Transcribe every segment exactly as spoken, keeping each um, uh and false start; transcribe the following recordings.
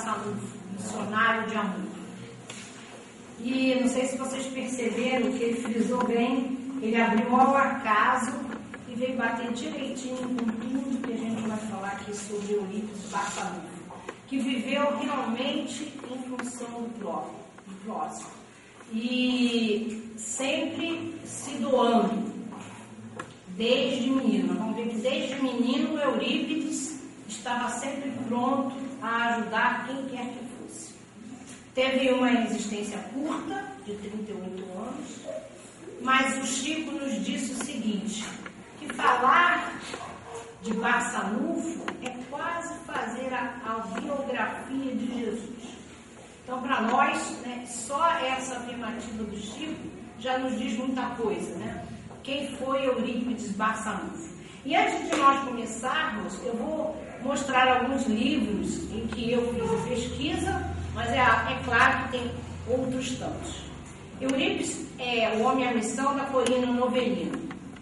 Barçanufo, missionário de amor. E não sei se vocês perceberam que ele frisou bem, ele abriu ao acaso e veio bater direitinho com tudo que a gente vai falar aqui sobre Eurípides Barçanufo, que viveu realmente em função do próximo e sempre se doando, desde menino. Vamos ver que desde menino o Eurípides estava sempre pronto a ajudar quem quer que fosse. Teve uma existência curta, de trinta e oito anos, mas o Chico nos disse o seguinte, que falar de Barçanufo é quase fazer a, a biografia de Jesus. Então, para nós, né, só essa afirmativa do Chico já nos diz muita coisa, né? Quem foi Eurípides Barçanufo? E antes de nós começarmos, eu vou mostrar alguns livros em que eu fiz a pesquisa, mas é, é claro que tem outros tantos. Eurípides é O Homem e a Missão, da Corina Novellino.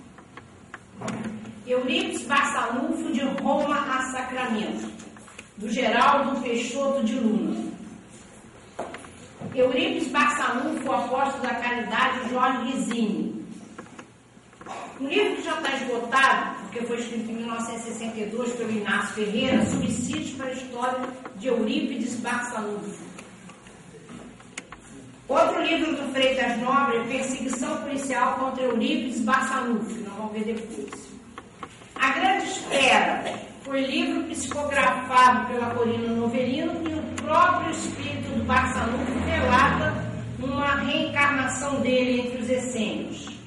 Eurípides Barçanufo, de Roma a Sacramento, do Geraldo Peixoto de Luna. Eurípides Barçanufo, o Apóstolo da Caridade, de Jorge Rizzini. Um livro que já está esgotado, porque foi escrito em mil novecentos e sessenta e dois pelo Inácio Ferreira, Subsídios para a História de Eurípides Barçanufo. Outro livro do Freitas Nobre, Perseguição Policial contra Eurípides Barçanufo, que nós vamos ver depois. A Grande Espera foi livro psicografado pela Corina Novellino e o próprio espírito do Barçanufo relata uma reencarnação dele entre os essênios.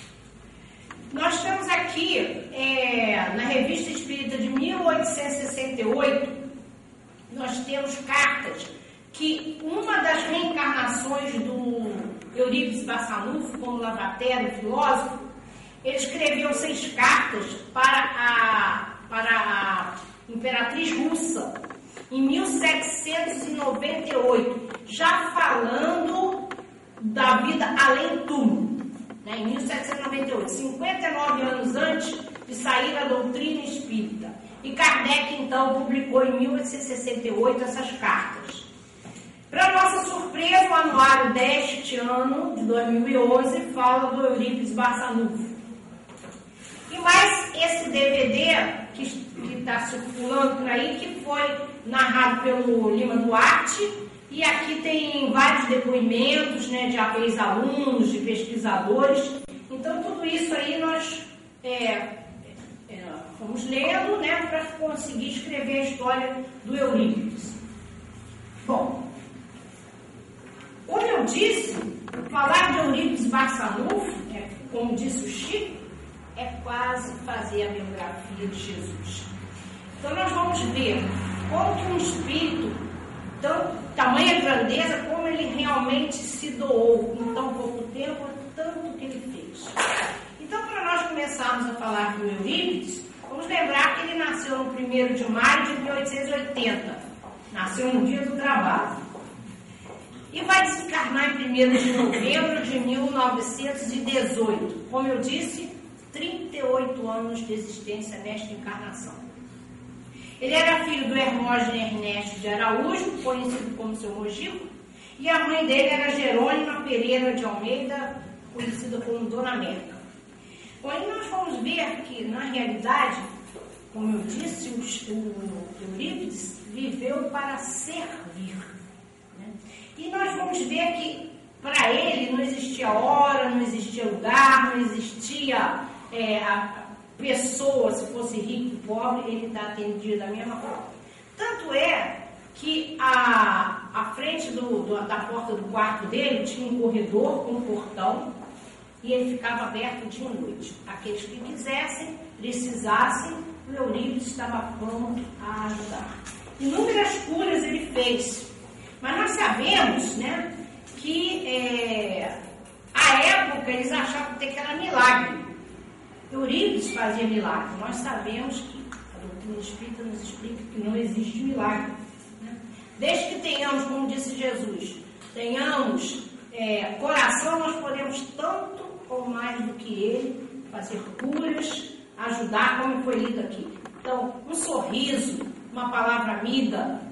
Nós temos aqui, é, na Revista Espírita de mil oitocentos e sessenta e oito, nós temos cartas que uma das reencarnações do Eurípides Barçanufo, como Lavater, o filósofo, ele escreveu seis cartas para a, para a imperatriz russa, em mil setecentos e noventa e oito, já falando da vida além do túmulo. Em mil setecentos e noventa e oito, cinquenta e nove anos antes de sair a doutrina espírita. E Kardec, então, publicou em mil oitocentos e sessenta e oito essas cartas. Para nossa surpresa, o anuário deste ano, de dois mil e onze, fala do Eurípides Barçanufo. E mais esse D V D que está circulando por aí, que foi narrado pelo Lima Duarte. E aqui tem vários depoimentos, né, de ex-alunos, de pesquisadores. Então, tudo isso aí nós é, é, fomos lendo, né, para conseguir escrever a história do Eurípides. Bom, como eu disse, falar de Eurípides Barçanufo, é, como disse o Chico, é quase fazer a biografia de Jesus. Então, nós vamos ver como que um espírito, então, tamanha grandeza, como ele realmente se doou em tão pouco tempo, tanto que ele fez. Então, para nós começarmos a falar do Eurípides, vamos lembrar que ele nasceu no primeiro de maio de mil oitocentos e oitenta. Nasceu no dia do trabalho. E vai desencarnar em primeiro de novembro de mil novecentos e dezoito. Como eu disse, trinta e oito anos de existência nesta encarnação. Ele era filho do Hermógenes Ernesto de Araújo, conhecido como seu Mojico, e a mãe dele era Jerônima Pereira de Almeida, conhecida como Dona Merca. Bom, aí nós vamos ver que, na realidade, como eu disse, o, o Eurípides viveu para servir. Né? E nós vamos ver que, para ele, não existia hora, não existia lugar, não existia é, a, pessoa, se fosse rico ou pobre, ele está atendido da mesma forma. Tanto é que a, a frente do, do, da porta do quarto dele tinha um corredor com um portão e ele ficava aberto dia e noite. Aqueles que quisessem, precisassem, o Eurípides estava pronto a ajudar. Inúmeras curas ele fez, mas nós sabemos, né, que é, à época eles achavam que era milagre. Eurípides fazia milagre. Nós sabemos que a doutrina espírita nos explica que não existe milagre. Né? Desde que tenhamos, como disse Jesus, tenhamos é, coração, nós podemos tanto ou mais do que ele fazer curas, ajudar, como foi lido aqui. Então, um sorriso, uma palavra amiga,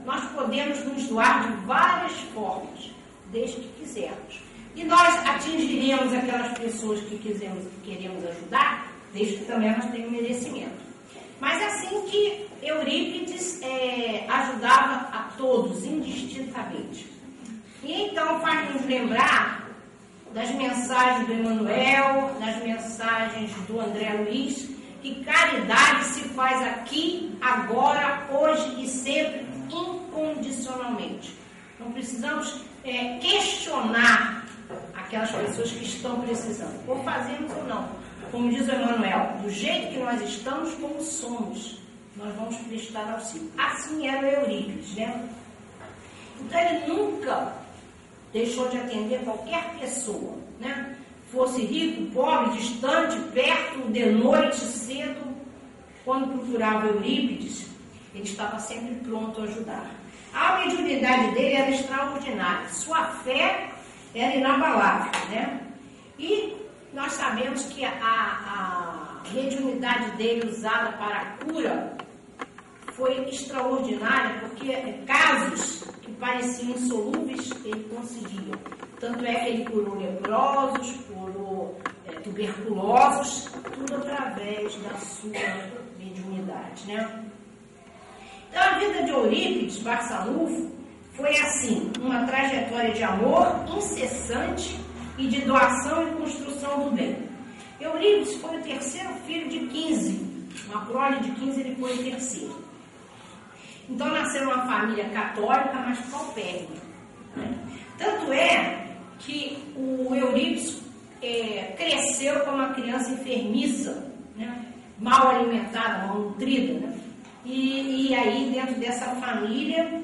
nós podemos nos doar de várias formas, desde que quisermos. E nós atingiremos aquelas pessoas que, quisemos, que queremos ajudar, desde que também nós tenhamos merecimento. Mas assim que Eurípides é, ajudava a todos, indistintamente. E então faz nos lembrar das mensagens do Emmanuel, das mensagens do André Luiz, que caridade se faz aqui, agora, hoje e sempre, incondicionalmente. Não precisamos é, questionar aquelas pessoas que estão precisando, ou fazemos ou não. Como diz o Emmanuel, do jeito que nós estamos, como somos, nós vamos prestar auxílio. Assim era o Eurípides, né? Então ele nunca deixou de atender qualquer pessoa, né? Fosse rico, pobre, distante, perto, de noite, cedo. Quando procurava Eurípides, ele estava sempre pronto a ajudar. A mediunidade dele era extraordinária, sua fé era inabalável, né? E nós sabemos que a, a mediunidade dele usada para a cura foi extraordinária, porque casos que pareciam insolúveis, ele conseguia. Tanto é que ele curou leprosos, curou é, tuberculosos, tudo através da sua mediunidade, né? Então, a vida de Eurípides Barçanufo foi assim, uma trajetória de amor incessante e de doação e construção do bem. Eurípides foi o terceiro filho de quinze, uma prole de quinze, ele foi o terceiro. Então nasceu uma família católica, mas paupérrima. Tanto é que o Eurípides é, cresceu como uma criança enfermiça, né? Mal alimentada, mal nutrida, né? e, e aí dentro dessa família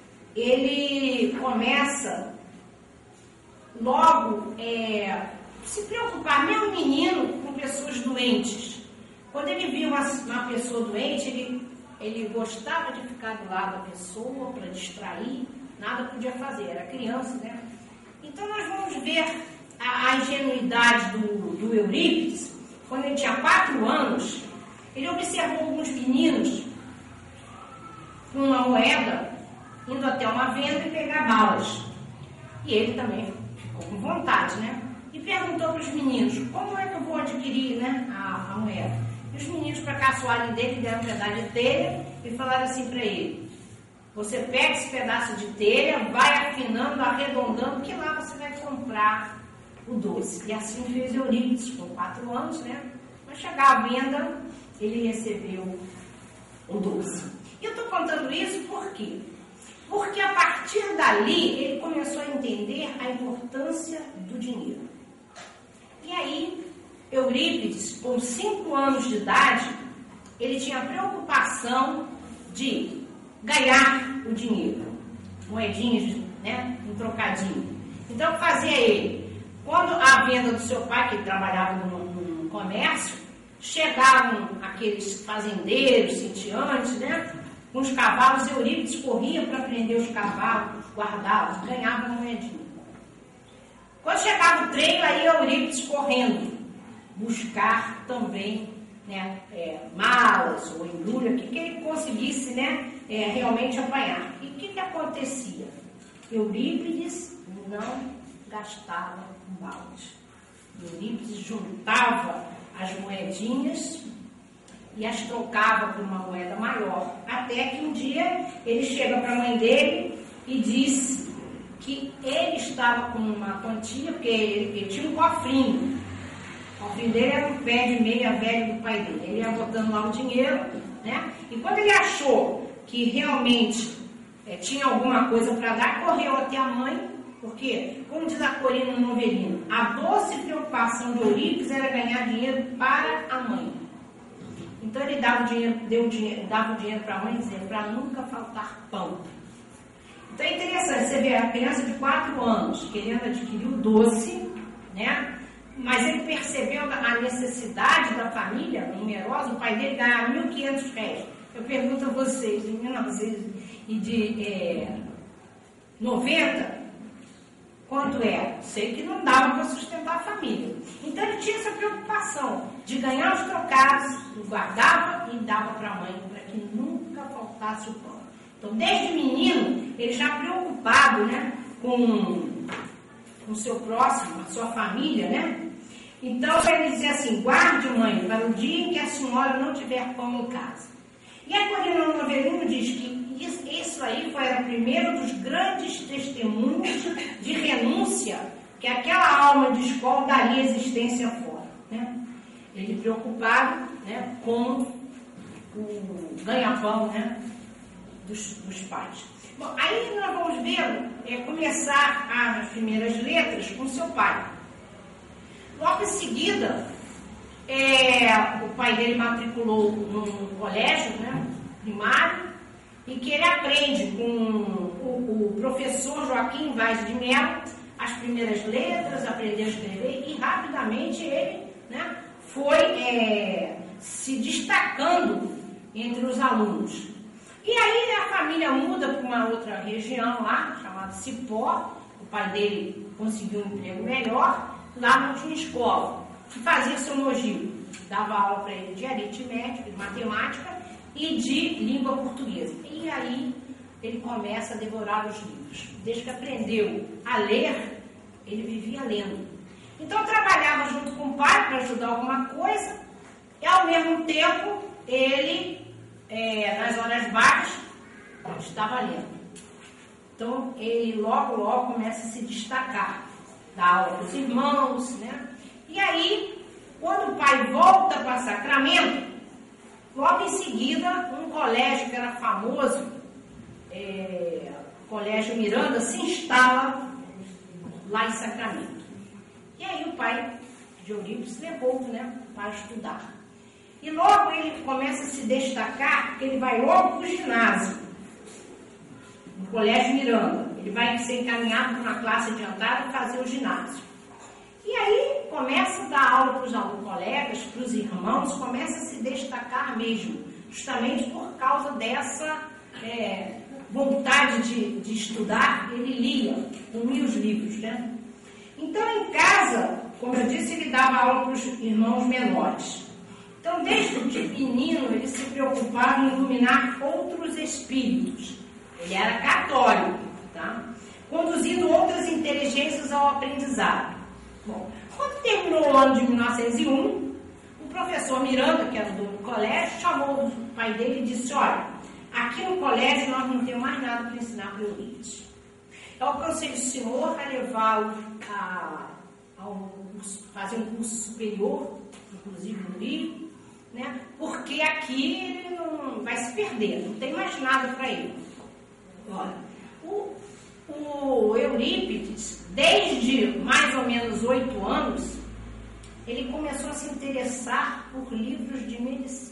ele começa logo é, se preocupar, meu menino, com pessoas doentes. Quando ele viu uma, uma pessoa doente, ele, ele gostava de ficar do lado da pessoa para distrair, nada podia fazer, era criança, né? Então nós vamos ver a, a ingenuidade do, do Eurípides. Quando ele tinha quatro anos, ele observou alguns meninos com uma moeda indo até uma venda e pegar balas. E ele também ficou com vontade, né? E perguntou para os meninos, como é que eu vou adquirir, né, a, a moeda? E os meninos, para caçoarem dele, deram um pedaço de telha e falaram assim para ele, você pega esse pedaço de telha, vai afinando, arredondando, que lá você vai comprar o doce. E assim fez Eurípides, com quatro anos, né? Quando chegar à venda, ele recebeu o doce. E eu estou contando isso por quê? Porque a partir dali, ele começou a entender a importância do dinheiro. E aí, Eurípides, com cinco anos de idade, ele tinha a preocupação de ganhar o dinheiro, moedinhas, né, um trocadinho. Então, o que fazia ele? Quando a venda do seu pai, que trabalhava no, no comércio, chegavam aqueles fazendeiros, sitiantes, né, com os cavalos, Eurípides corria para prender os cavalos, guardá-los, ganhava moedinha. Quando chegava o treino, aí Eurípides correndo, buscar também, né, é, malas ou embrulho, que, que ele conseguisse, né, é, realmente apanhar. E o que, que acontecia? Eurípides não gastava balas. Eurípides juntava as moedinhas e as trocava por uma moeda maior. Até que um dia ele chega para a mãe dele e diz que ele estava com uma quantia, porque ele, ele tinha um cofrinho. O cofrinho dele era um pé de meia velho do pai dele. Ele ia botando lá o dinheiro, né? E quando ele achou que realmente é, tinha alguma coisa para dar, correu até a mãe, porque, como diz a Corina Novelino, a doce preocupação de Eurípides era ganhar dinheiro para a mãe. Então ele dava o dinheiro, deu dinheiro, dava o dinheiro para a mãe, dizendo, para nunca faltar pão. Então é interessante, você vê a criança de quatro anos querendo adquirir o doce, né? Mas ele percebeu a necessidade da família numerosa, o pai dele ganhava mil e quinhentos réis. Eu pergunto a vocês, em mil novecentos e noventa, quanto é? Sei que não dava para sustentar a família. Então ele tinha essa preocupação de ganhar os trocados, guardava e dava para a mãe, para que nunca faltasse o pão. Então, desde menino, ele já preocupado, né, com o seu próximo, a sua família, né? Então, ele dizia assim: guarde, mãe, para o dia em que a senhora não tiver pão em casa. E a Corina Novelino diz que isso, isso aí foi o primeiro dos grandes testemunhos de renúncia que aquela alma de escola daria existência fora, né? Ele preocupado, né, com o ganha-pão, né, dos, dos pais. Bom, aí nós vamos ver, é, começar as primeiras letras com seu pai. Logo em seguida, é, o pai dele matriculou num colégio, né, primário, em que ele aprende com o, o professor Joaquim Vaz de Mello as primeiras letras, aprendeu a escrever e rapidamente ele, né, foi é, se destacando entre os alunos. E aí a família muda para uma outra região lá, chamada Cipó. O pai dele conseguiu um emprego melhor, lá não tinha escola. E fazia seu nojinho. Dava aula para ele de aritmética, de matemática e de língua portuguesa. E aí ele começa a devorar os livros. Desde que aprendeu a ler, ele vivia lendo. Então trabalhava junto com o pai para ajudar alguma coisa e ao mesmo tempo ele, é, nas horas vagas, estava lendo. Então ele logo, logo começa a se destacar, dá aula para os irmãos, né? E aí, quando o pai volta para Sacramento, logo em seguida, um colégio que era famoso, é, o Colégio Miranda, se instala lá em Sacramento. E aí o pai de Eurípides levou, né, para estudar. E logo ele começa a se destacar, porque ele vai logo para o ginásio, no Colégio Miranda. Ele vai ser encaminhado para uma classe adiantada e fazer o ginásio. E aí começa a dar aula para os alunos, colegas, para os irmãos, começa a se destacar mesmo, justamente por causa dessa é, vontade de, de estudar. Ele lia, comia os livros, né? Então, em casa, como eu disse, ele dava aula para os irmãos menores. Então, desde pequenino, ele se preocupava em iluminar outros espíritos. Ele era católico, tá? Conduzindo outras inteligências ao aprendizado. Bom, quando terminou o ano de mil novecentos e um, o professor Miranda, que era do colégio, chamou o pai dele e disse: olha, aqui no colégio nós não temos mais nada para ensinar para o Eurípides. Eu aconselho o senhor a levá-lo a, a um curso, fazer um curso superior, inclusive no Rio, né? Porque aqui ele não vai se perder, não tem mais nada para ele. Olha, o, o Eurípides, desde mais ou menos oito anos, ele começou a se interessar por livros de medicina.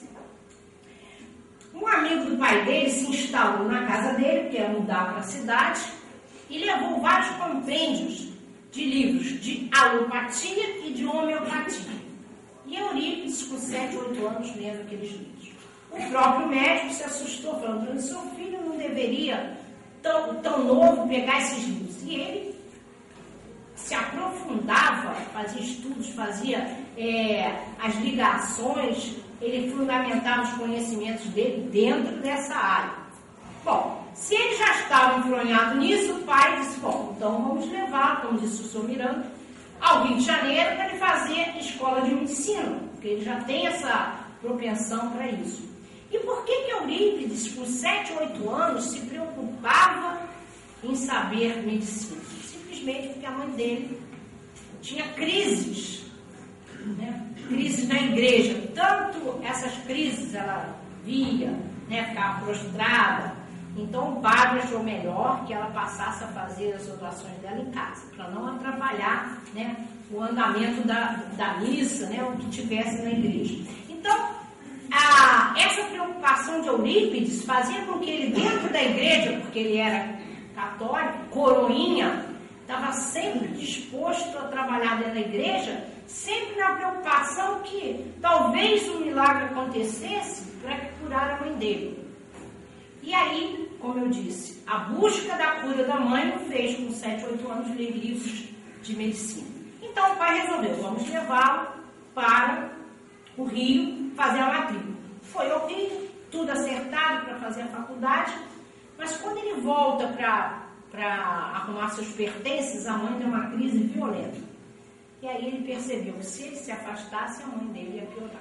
Um amigo do pai dele se instalou na casa dele, que ia mudar para a cidade, e levou vários compêndios de livros de alopatia e de homeopatia. E Eurípides, com sete, oito anos, lendo aqueles livros. O próprio médico se assustou, falando: seu filho não deveria, tão, tão novo, pegar esses livros. E ele se aprofundava, fazia estudos, fazia é, as ligações, ele fundamentava os conhecimentos dele dentro dessa área. Bom, se ele já estava enfronhado nisso, o pai disse: bom, então vamos levar, como disse o senhor Miranda, ao Rio de Janeiro para ele fazer escola de medicina, porque ele já tem essa propensão para isso. E por que que Eurípides, com sete, oito anos, se preocupava em saber medicina? Simplesmente porque a mãe dele tinha crises, né? Crises na igreja. Tanto essas crises ela via, né, ficava prostrada. Então o padre achou melhor que ela passasse a fazer as orações dela em casa, para não atrapalhar, né, o andamento da, da missa, né, o que tivesse na igreja. Então, a, essa preocupação de Eurípides fazia com que ele, dentro da igreja, porque ele era católico, coroinha, estava sempre disposto a trabalhar dentro da igreja, sempre na preocupação que talvez um milagre acontecesse para curar a mãe dele. E aí, como eu disse, a busca da cura da mãe o fez, com sete, oito anos, ler livros de medicina. Então o pai resolveu: vamos levá-lo para o Rio fazer a matrícula. Foi ao Rio, tudo acertado para fazer a faculdade. Mas quando ele volta para arrumar seus pertences, a mãe deu uma crise violenta. E aí ele percebeu que se ele se afastasse, a mãe dele ia piorar.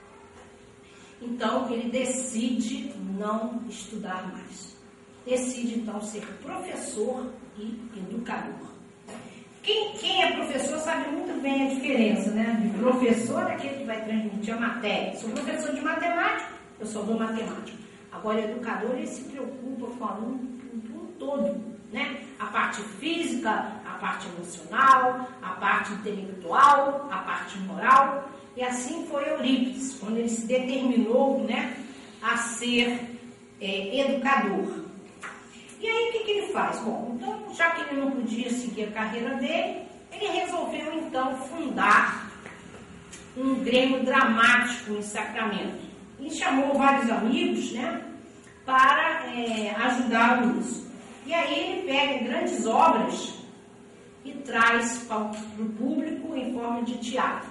Então ele decide não estudar mais. Decide então ser professor e educador. Quem, quem é professor sabe muito bem a diferença, né? De professor é aquele que vai transmitir a matéria. Sou professor de matemática, eu só dou matemática. Agora, educador, ele se preocupa com o aluno por um todo, né? A parte física, a parte emocional, a parte intelectual, a parte moral. E assim foi Eurípides, quando ele se determinou, né, a ser é, educador. E aí, o que, que ele faz? Bom, então, já que ele não podia seguir a carreira dele, ele resolveu, então, fundar um grêmio dramático em Sacramento. E chamou vários amigos, né, para é, ajudá-lo nisso. E aí ele pega grandes obras e traz para o público em forma de teatro.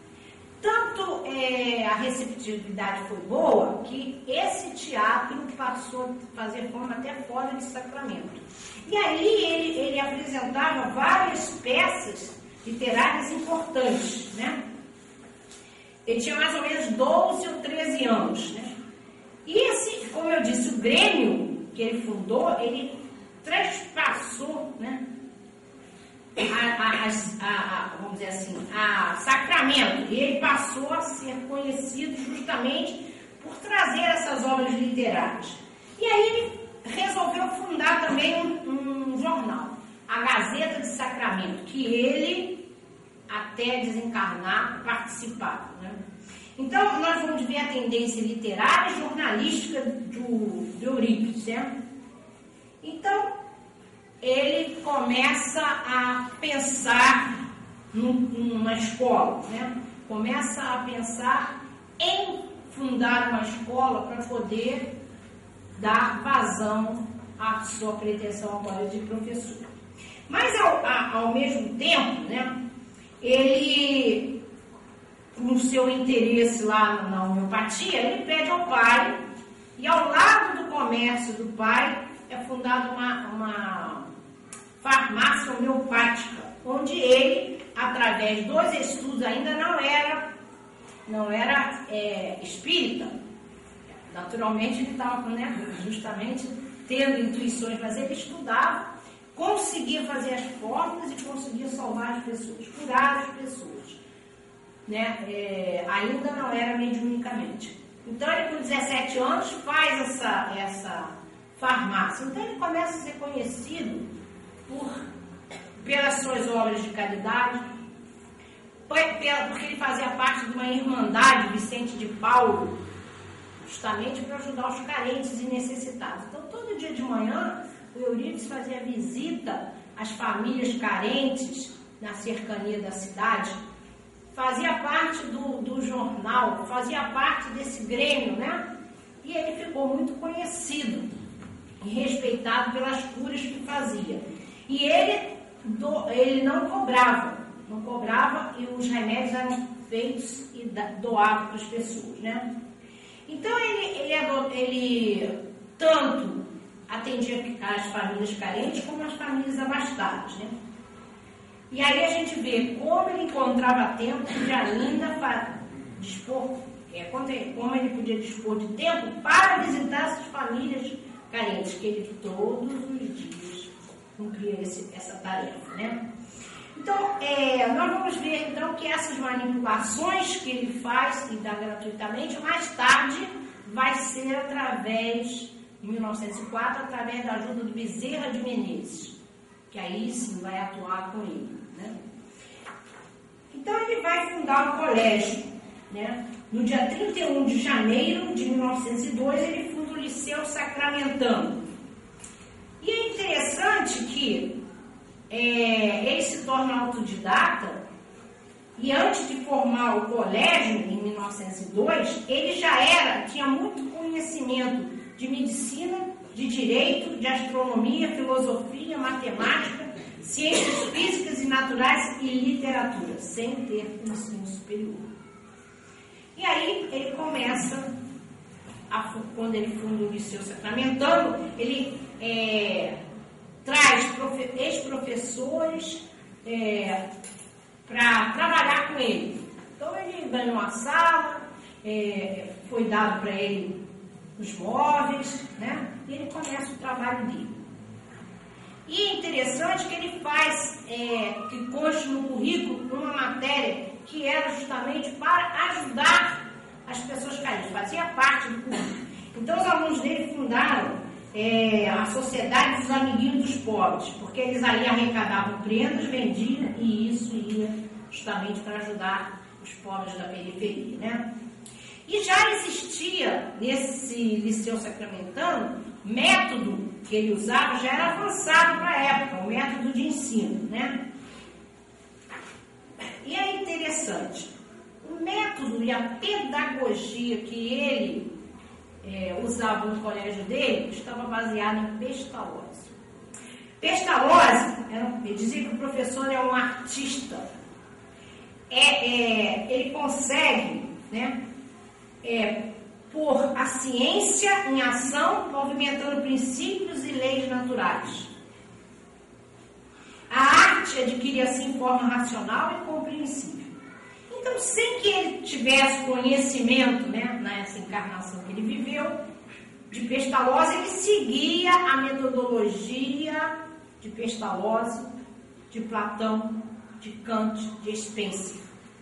Tanto é, a receptividade foi boa que esse teatro passou a fazer forma até fora de Sacramento. E aí ele, ele apresentava várias peças literárias importantes, né? Ele tinha mais ou menos doze ou treze anos, né? E esse, como eu disse, o Grêmio que ele fundou, ele transpassou, né? A, a, a, a, vamos dizer assim, a Sacramento. E ele passou a ser conhecido justamente por trazer essas obras literárias. E aí ele resolveu fundar também um, um jornal, a Gazeta de Sacramento, que ele, até desencarnar, participava, né? Então, nós vamos ver a tendência literária e jornalística do, do Eurípides, né? Então, ele começa a pensar num, numa escola, né? Começa a pensar em fundar uma escola para poder dar vazão à sua pretensão agora de professor. Mas, ao, a, ao mesmo tempo, né, ele, no seu interesse lá na homeopatia, ele pede ao pai, e ao lado do comércio do pai, é fundada uma, uma farmácia homeopática, onde ele, através dos estudos, ainda não era, não era é, espírita. Naturalmente, ele estava, né, justamente tendo intuições, mas ele estudava, conseguia fazer as fórmulas e conseguia salvar as pessoas, curar as pessoas, né? É, ainda não era mediunicamente. Então, ele com dezessete anos faz essa, essa farmácia. Então, ele começa a ser conhecido por, pelas suas obras de caridade, porque ele fazia parte de uma irmandade, Vicente de Paulo, justamente para ajudar os carentes e necessitados. Então, todo dia de manhã, o Eurípides fazia visita às famílias carentes na cercania da cidade, fazia parte do, do jornal, fazia parte desse grêmio, né? E ele ficou muito conhecido e respeitado pelas curas que fazia. E ele, do, ele não cobrava, não cobrava e os remédios eram feitos e doados para as pessoas, né? Então, ele, ele, ele tanto atendia as famílias carentes como as famílias abastadas, né? E aí a gente vê como ele encontrava tempo de ainda dispor, é, como ele podia dispor de tempo para visitar essas famílias carentes, que ele todos os dias cumpria esse, essa tarefa, né? Então, é, nós vamos ver então que essas manipulações que ele faz e dá gratuitamente, mais tarde vai ser através, em mil novecentos e quatro, através da ajuda do Bezerra de Menezes, que aí sim vai atuar com ele, né? Então, ele vai fundar um colégio, né? No dia trinta e um de janeiro de mil novecentos e dois, ele funda o Liceu Sacramentano. E é interessante que é, ele se torna autodidata e antes de formar o colégio, em mil novecentos e dois, ele já era, tinha muito conhecimento de medicina, de direito, de astronomia, filosofia, matemática, ciências físicas e naturais e literatura, sem ter ensino superior. E aí ele começa a, quando ele funda o Liceu Sacramentano, ele é, traz profe, ex-professores é, para trabalhar com ele. Então ele ganhou uma sala, é, foi dado para ele os móveis, né? E ele começa o trabalho dele. E é interessante que ele faz, é, que conste no currículo, uma matéria que era justamente para ajudar as pessoas carentes, fazia parte do currículo. Então os alunos dele fundaram é, a Sociedade dos Amiguinhos dos Pobres, porque eles aí arrecadavam prendas, vendiam, e isso ia justamente para ajudar os pobres da periferia, né? E já existia nesse Liceu Sacramentano, método que ele usava já era avançado para a época, o método de ensino, né? E é interessante, o método e a pedagogia que ele é, usava no colégio dele estava baseado em Pestalozzi. Pestalozzi, ele dizia que o professor é um artista, é, é, ele consegue, né, é, pôr a ciência em ação, movimentando princípios e leis naturais. A arte adquire assim forma racional e compreensível. Então, sem que ele tivesse conhecimento, né, nessa encarnação que ele viveu, de Pestalozzi, ele seguia a metodologia de Pestalozzi, de Platão, de Kant, de Spencer.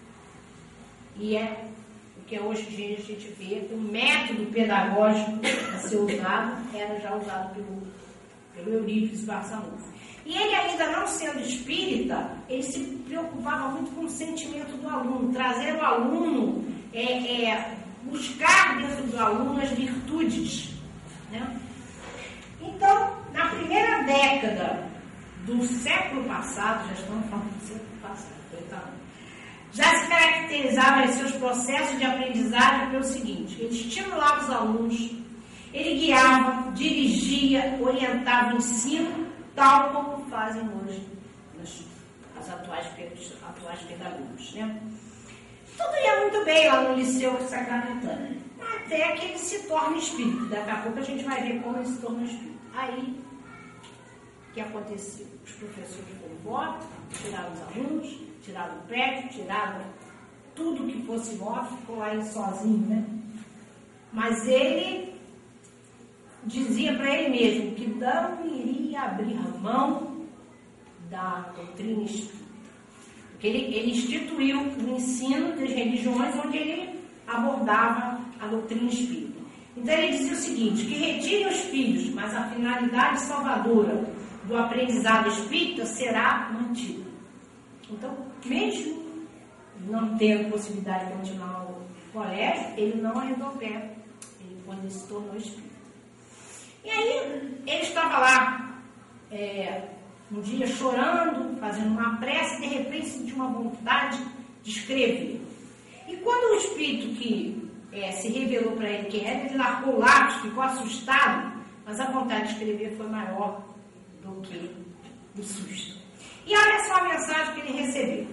E é o que hoje em dia a gente vê, que o método pedagógico a ser usado era já usado pelo, pelo Eurípides Barçanufo. E ele, ainda não sendo espírita, ele se preocupava muito com o sentimento do aluno, trazer o aluno, é, é, buscar dentro do aluno as virtudes, né? Então, na primeira década do século passado, já estamos falando do século passado, então, já se caracterizava em seus processos de aprendizagem pelo seguinte: ele estimulava os alunos, ele guiava, dirigia, orientava o ensino, tal como fazem hoje os, as atuais, os atuais pedagogos, né? Tudo ia muito bem lá no Liceu Sacramentano, até que ele se torna espírita. Daqui a pouco a gente vai ver como ele se torna espírita. Aí, o que aconteceu? Os professores foram embora, tiraram os alunos, tiraram o prédio, tiraram tudo que fosse móvel, ficou lá ele sozinho, né? Mas ele dizia para ele mesmo que não iria abrir mão da doutrina espírita. Porque ele, ele instituiu o ensino das religiões onde ele abordava a doutrina espírita. Então ele dizia o seguinte, que retire os filhos, mas a finalidade salvadora do aprendizado espírita será mantida. Então, mesmo não tendo possibilidade de continuar no colégio, ele não arredou o pé, ele, quando ele se tornou espírita. E aí, ele estava lá, é, um dia chorando, fazendo uma prece, e de repente sentiu uma vontade de escrever. E quando o espírito que é, se revelou para ele quem era, ele largou o lápis, ficou assustado, mas a vontade de escrever foi maior do que o susto. E olha só a mensagem que ele recebeu: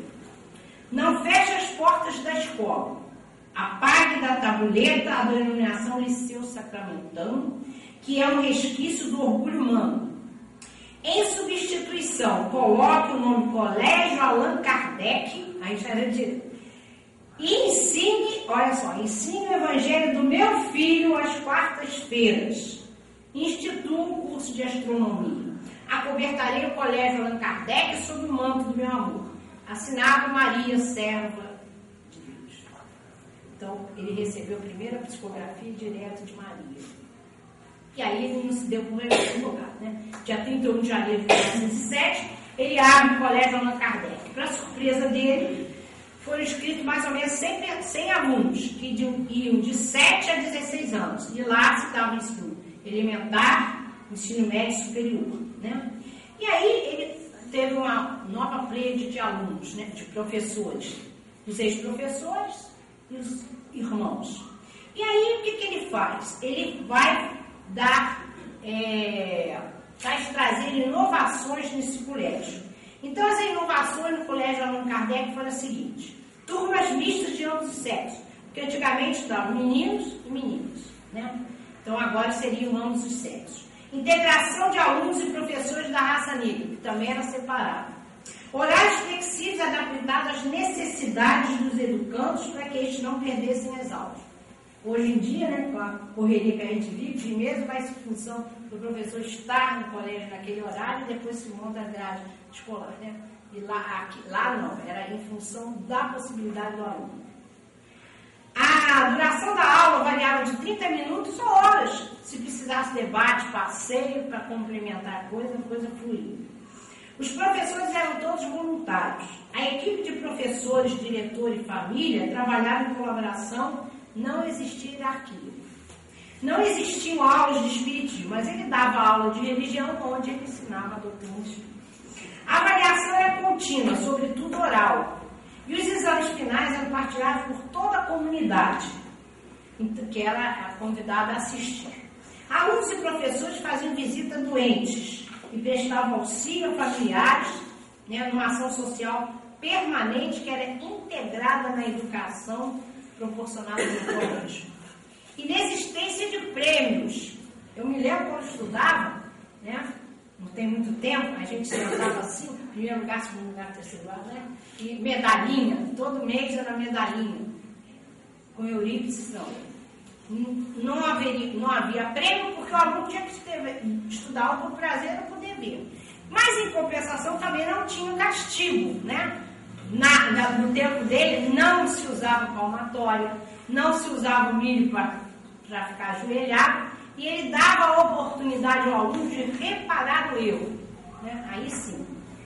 não feche as portas da escola, apague da tabuleta a denominação Liceu Sacramentano, que é um resquício do orgulho humano. Em substituição, coloque o nome Colégio Allan Kardec, aí já era de... e ensine, olha só, ensine o Evangelho do meu filho às quartas-feiras. Institua um curso de astronomia. Acobertarei o Colégio Allan Kardec sob o manto do meu amor. Assinado Maria, serva de Deus. Então, ele recebeu a primeira psicografia direto de Maria. E aí ele não se deu como ele advogado, né? Dia trinta e um de janeiro de mil novecentos e sete, ele abre o Colégio Allan Kardec. Para surpresa dele, foram inscritos mais ou menos cem alunos, que iam de sete a dezesseis anos. E lá se dava o ensino elementar, ensino médio superior, né? E aí ele teve uma nova plede de alunos, né? De professores, os ex-professores e os irmãos. E aí o que, que ele faz? Ele vai dar, é, vai trazer inovações nesse colégio. Então, as inovações no Colégio Allan Kardec foram as seguintes: turmas mistas de ambos os sexos, porque antigamente estavam meninos e meninas. né? Então agora seriam ambos os sexos. Integração de alunos e professores da raça negra, que também era separado. Horários flexíveis adaptados às necessidades dos educandos para que eles não perdessem as aulas. Hoje em dia, né, com a correria que a gente vive, primeiro vai ser função do professor estar no colégio naquele horário e depois se monta a grade escolar, né? E lá, aqui, lá não, era em função da possibilidade do aluno. A duração da aula variava de trinta minutos ou horas, se precisasse debate, passeio, para complementar a coisa, a coisa fluía. Os professores eram todos voluntários. A equipe de professores, diretor e família trabalhava em colaboração, não existia hierarquia. Não existiam aulas de espiritismo, mas ele dava aula de religião, onde ele ensinava a doutrina espírita. A avaliação era contínua, sobretudo oral. E os exames finais eram partilhados por toda a comunidade, que era convidada a assistir. Alunos e professores faziam visita a doentes e prestavam auxílio a familiares, né, numa ação social permanente que era integrada na educação proporcionada pelo colégio. Inexistência de prêmios. Eu me lembro quando eu estudava, né, não tem muito tempo, a gente sentava assim, primeiro lugar, segundo lugar, terceiro lugar, né? E medalhinha, todo mês era medalhinha. Com Eurípides, não. Não, haveria, não havia prêmio, porque o aluno tinha que estudar por prazer ou por dever. Mas, em compensação, também não tinha castigo, né? Na, na, no tempo dele, não se usava palmatória, não se usava o milho para ficar ajoelhado, e ele dava a oportunidade ao aluno de reparar o erro, né? Aí sim.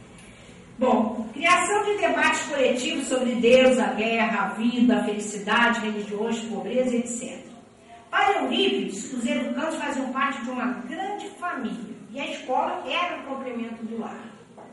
Bom, criação de debates coletivos sobre Deus, a guerra, a vida, a felicidade, religiões, pobreza, etcétera. Para Eurípides, os educandos faziam parte de uma grande família, e a escola era o complemento do lar.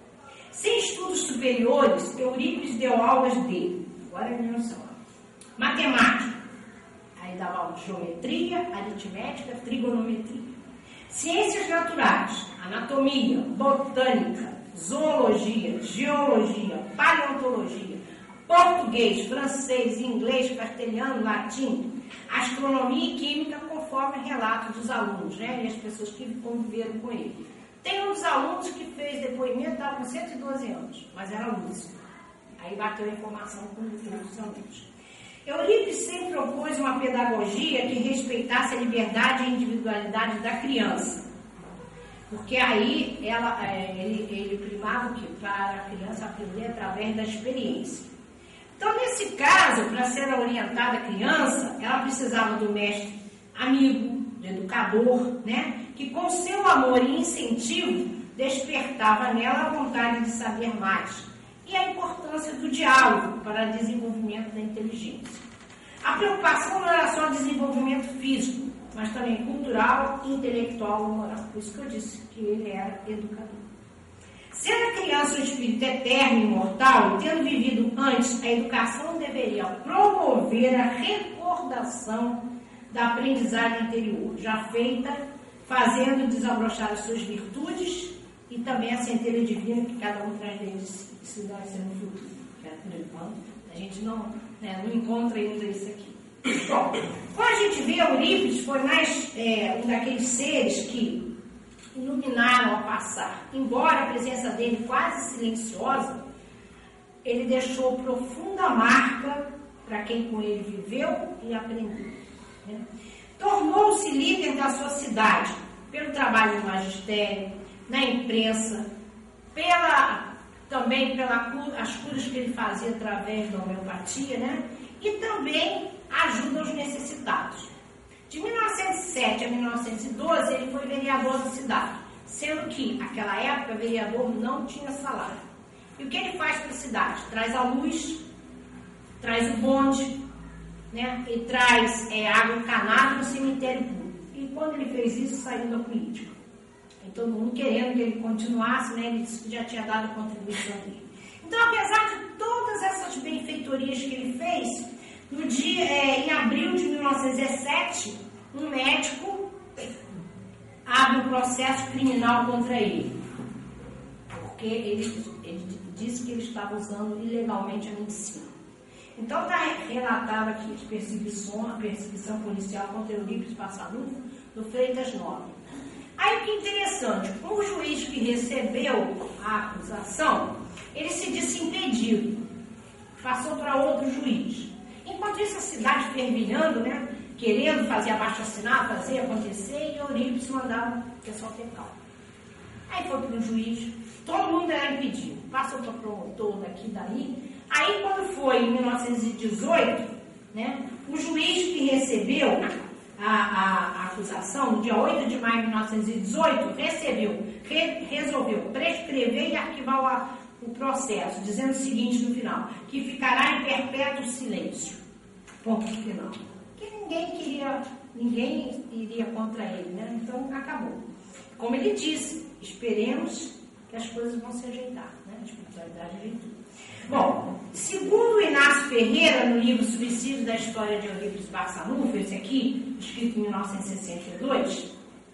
Sem estudos superiores, Eurípides deu aulas de, agora é a minha noção, matemática, aí dava aula de geometria, aritmética, trigonometria. Ciências naturais, anatomia, botânica, zoologia, geologia, paleontologia, português, francês, inglês, castelhano, latim, astronomia e química, conforme relatos dos alunos, né, e as pessoas que conviveram com ele. Tem um dos alunos que fez depoimento, estava com cento e doze anos, mas era lúcido. Aí bateu a informação com os outros alunos. Eurípides sempre propôs uma pedagogia que respeitasse a liberdade e a individualidade da criança. Porque aí ela, ele, ele primava o quê? Para a criança aprender através da experiência. Então, nesse caso, para ser orientada a criança, ela precisava do mestre amigo, do educador, né? Que com seu amor e incentivo despertava nela a vontade de saber mais e a importância do diálogo para o desenvolvimento da inteligência. A preocupação não era só o desenvolvimento físico, mas também cultural, intelectual e moral. Por isso que eu disse que ele era educador. Sendo a criança um espírito eterno e imortal, e tendo vivido antes, a educação deveria promover a recordação da aprendizagem anterior, já feita, fazendo desabrochar as suas virtudes e também a centelha divina que cada um traz dentro de si. Isso vai ser no futuro. Por enquanto, a gente não, né, não encontra ainda isso aqui. Bom, quando a gente vê, Eurípides foi mais é, um daqueles seres que iluminaram ao passar. Embora a presença dele quase silenciosa, ele deixou profunda marca para quem com ele viveu e aprendeu. Né? Tornou-se líder da sua cidade, pelo trabalho no magistério, na imprensa, pela, também pelas curas que ele fazia através da homeopatia, né? E também ajuda aos necessitados. De mil novecentos e sete a mil novecentos e doze, ele foi vereador da cidade, sendo que, naquela época, vereador não tinha salário. E o que ele faz para a cidade? Traz a luz, traz o bonde, né? E traz é, água encanada no cemitério público. E quando ele fez isso, saiu da política. E todo mundo querendo que ele continuasse, né? Ele disse que já tinha dado a contribuição dele. Então, apesar de todas essas benfeitorias que ele fez, no dia, é, em abril de mil novecentos e dezessete, um médico abre um processo criminal contra ele. Porque ele, ele disse que ele estava usando ilegalmente a medicina. Então está relatado aqui a perseguição, a perseguição policial contra Eurípides Barçanufo, do Freitas Nobre. Aí o que é interessante, o juiz que recebeu a acusação, ele se disse impedido, passou para outro juiz. Enquanto isso, a cidade fervilhando, né, querendo fazer abaixo-assinado, fazer acontecer, e Eurípides mandava o pessoal ter calma. Aí foi para o juiz, todo mundo era impedido, passou para o promotor daqui e daí. Aí quando foi em mil novecentos e dezoito, né, o juiz que recebeu a, a, a acusação, no dia oito de maio de mil novecentos e dezoito, recebeu, re, resolveu prescrever e arquivar o, a, o processo, dizendo o seguinte no final, que ficará em perpétuo silêncio. Ponto final. Que ninguém queria, ninguém iria contra ele, né? Então acabou. Como ele disse, esperemos que as coisas vão se ajeitar, né? A espiritualidade ajeitou. Bom, segundo o Inácio Ferreira, no livro Suicídio da História de Eurípides Barçanufo, esse aqui, escrito em mil novecentos e sessenta e dois,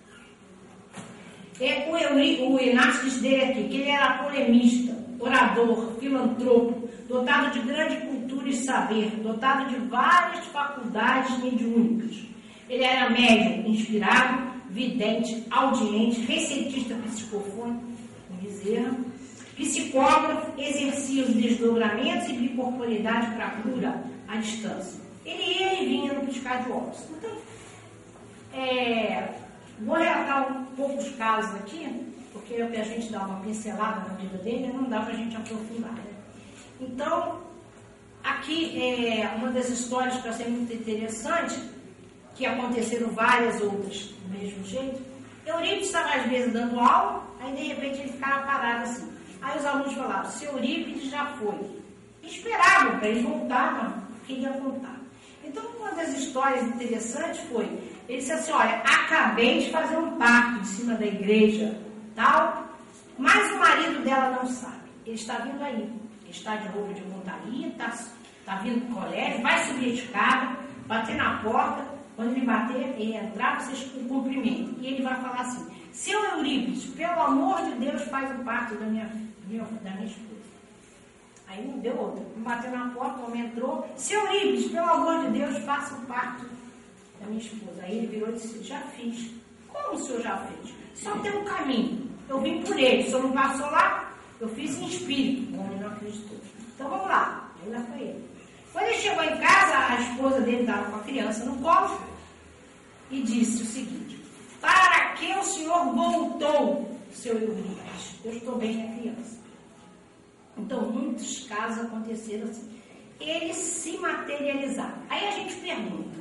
é, o, Eurí, o Inácio diz dele aqui que ele era polemista, orador, filantropo, dotado de grande cultura e saber, dotado de várias faculdades mediúnicas. Ele era médium, inspirado, vidente, audiente, receitista psicofônico, Bezerra, psicógrafo, exercia os desdobramentos e bicorporidade para a cura à distância. Ele ia e vinha no piscar de olhos. Então, é, vou relatar um pouco os casos aqui, porque a gente dá uma pincelada na vida dele, não dá para a gente aprofundar, né? Então, aqui é uma das histórias que eu achei muito interessante, que aconteceram várias outras do mesmo jeito. Eurípides estava às vezes dando aula, aí de repente ele ficava parado assim. Aí os alunos falavam, seu Eurípides já foi. Esperavam para ele voltar, não, queria voltar. Então, uma das histórias interessantes foi, ele disse assim, olha, acabei de fazer um parto em cima da igreja, tal, mas o marido dela não sabe. Ele está vindo aí, ele está de roupa de montaria, está, está vindo do colégio, vai subir a escada, bater na porta, quando ele bater, ele entrar, vocês cumprimentam. E ele vai falar assim, seu Eurípides, pelo amor de Deus, faz o parto da minha, da minha esposa. Aí não deu outra. Bateu na porta, o homem entrou. Seu Eurípides, pelo amor de Deus, faça o parto da minha esposa. Aí ele virou e disse, já fiz. Como o senhor já fez? Só tem um caminho. Eu vim por ele. O senhor não passou lá? Eu fiz em espírito. O homem não acreditou. Então vamos lá. Aí lá foi ele. Quando ele chegou em casa, a esposa dele estava com a criança no colo e disse o seguinte, para que o senhor voltou, seu Eurípides? Eu estou bem na criança. Então, muitos casos aconteceram assim. Eles se materializaram. Aí a gente pergunta,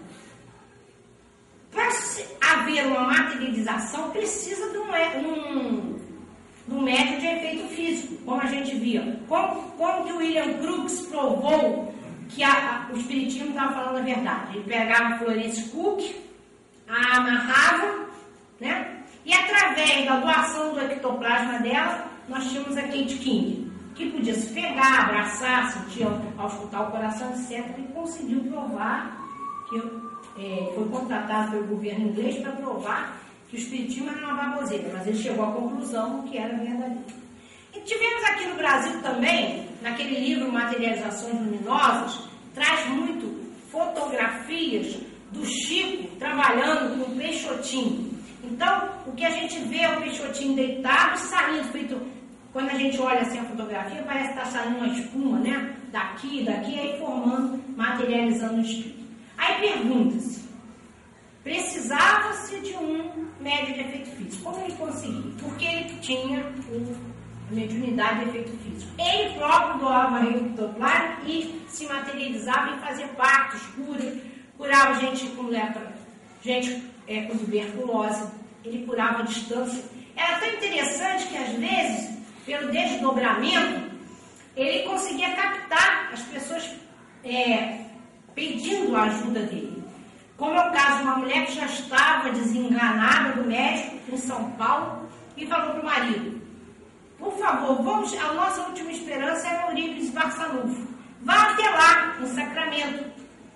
para haver uma materialização, precisa de um, um, de um método de efeito físico, como a gente via. Como, como que o William Crookes provou que a, a, o espiritismo estava falando a verdade? Ele pegava a Florence Cook, a amarrava, né? E através da doação do ectoplasma dela, nós tínhamos a Kate King, que podia se pegar, abraçar, sentir, auscultar o coração, etcétera. E conseguiu provar que é, foi contratado pelo governo inglês para provar que o espiritismo era uma baboseira, mas ele chegou à conclusão que era verdadeiro. E tivemos aqui no Brasil também, naquele livro Materializações Luminosas, traz muito fotografias do Chico trabalhando com o Peixotinho. Então, o que a gente vê é o Peixotinho deitado, saindo, feito... Quando a gente olha assim a fotografia, parece que está saindo uma espuma, né? Daqui, daqui, aí formando, materializando o espírito. Aí pergunta-se, precisava-se de um médio de efeito físico. Como ele conseguiu? Porque ele tinha a mediunidade de efeito físico. Ele próprio doava ectoplasma e se materializava em fazer partos, curas, curava gente com lepra, gente é, com tuberculose, ele curava a distância. Era tão interessante que às vezes, pelo desdobramento, ele conseguia captar as pessoas é, pedindo a ajuda dele. Como é o caso de uma mulher que já estava desenganada do médico em São Paulo e falou para o marido, por favor, vamos, a nossa última esperança é Eurípides Barçanufo. Vá até lá, no Sacramento.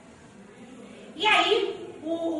E aí,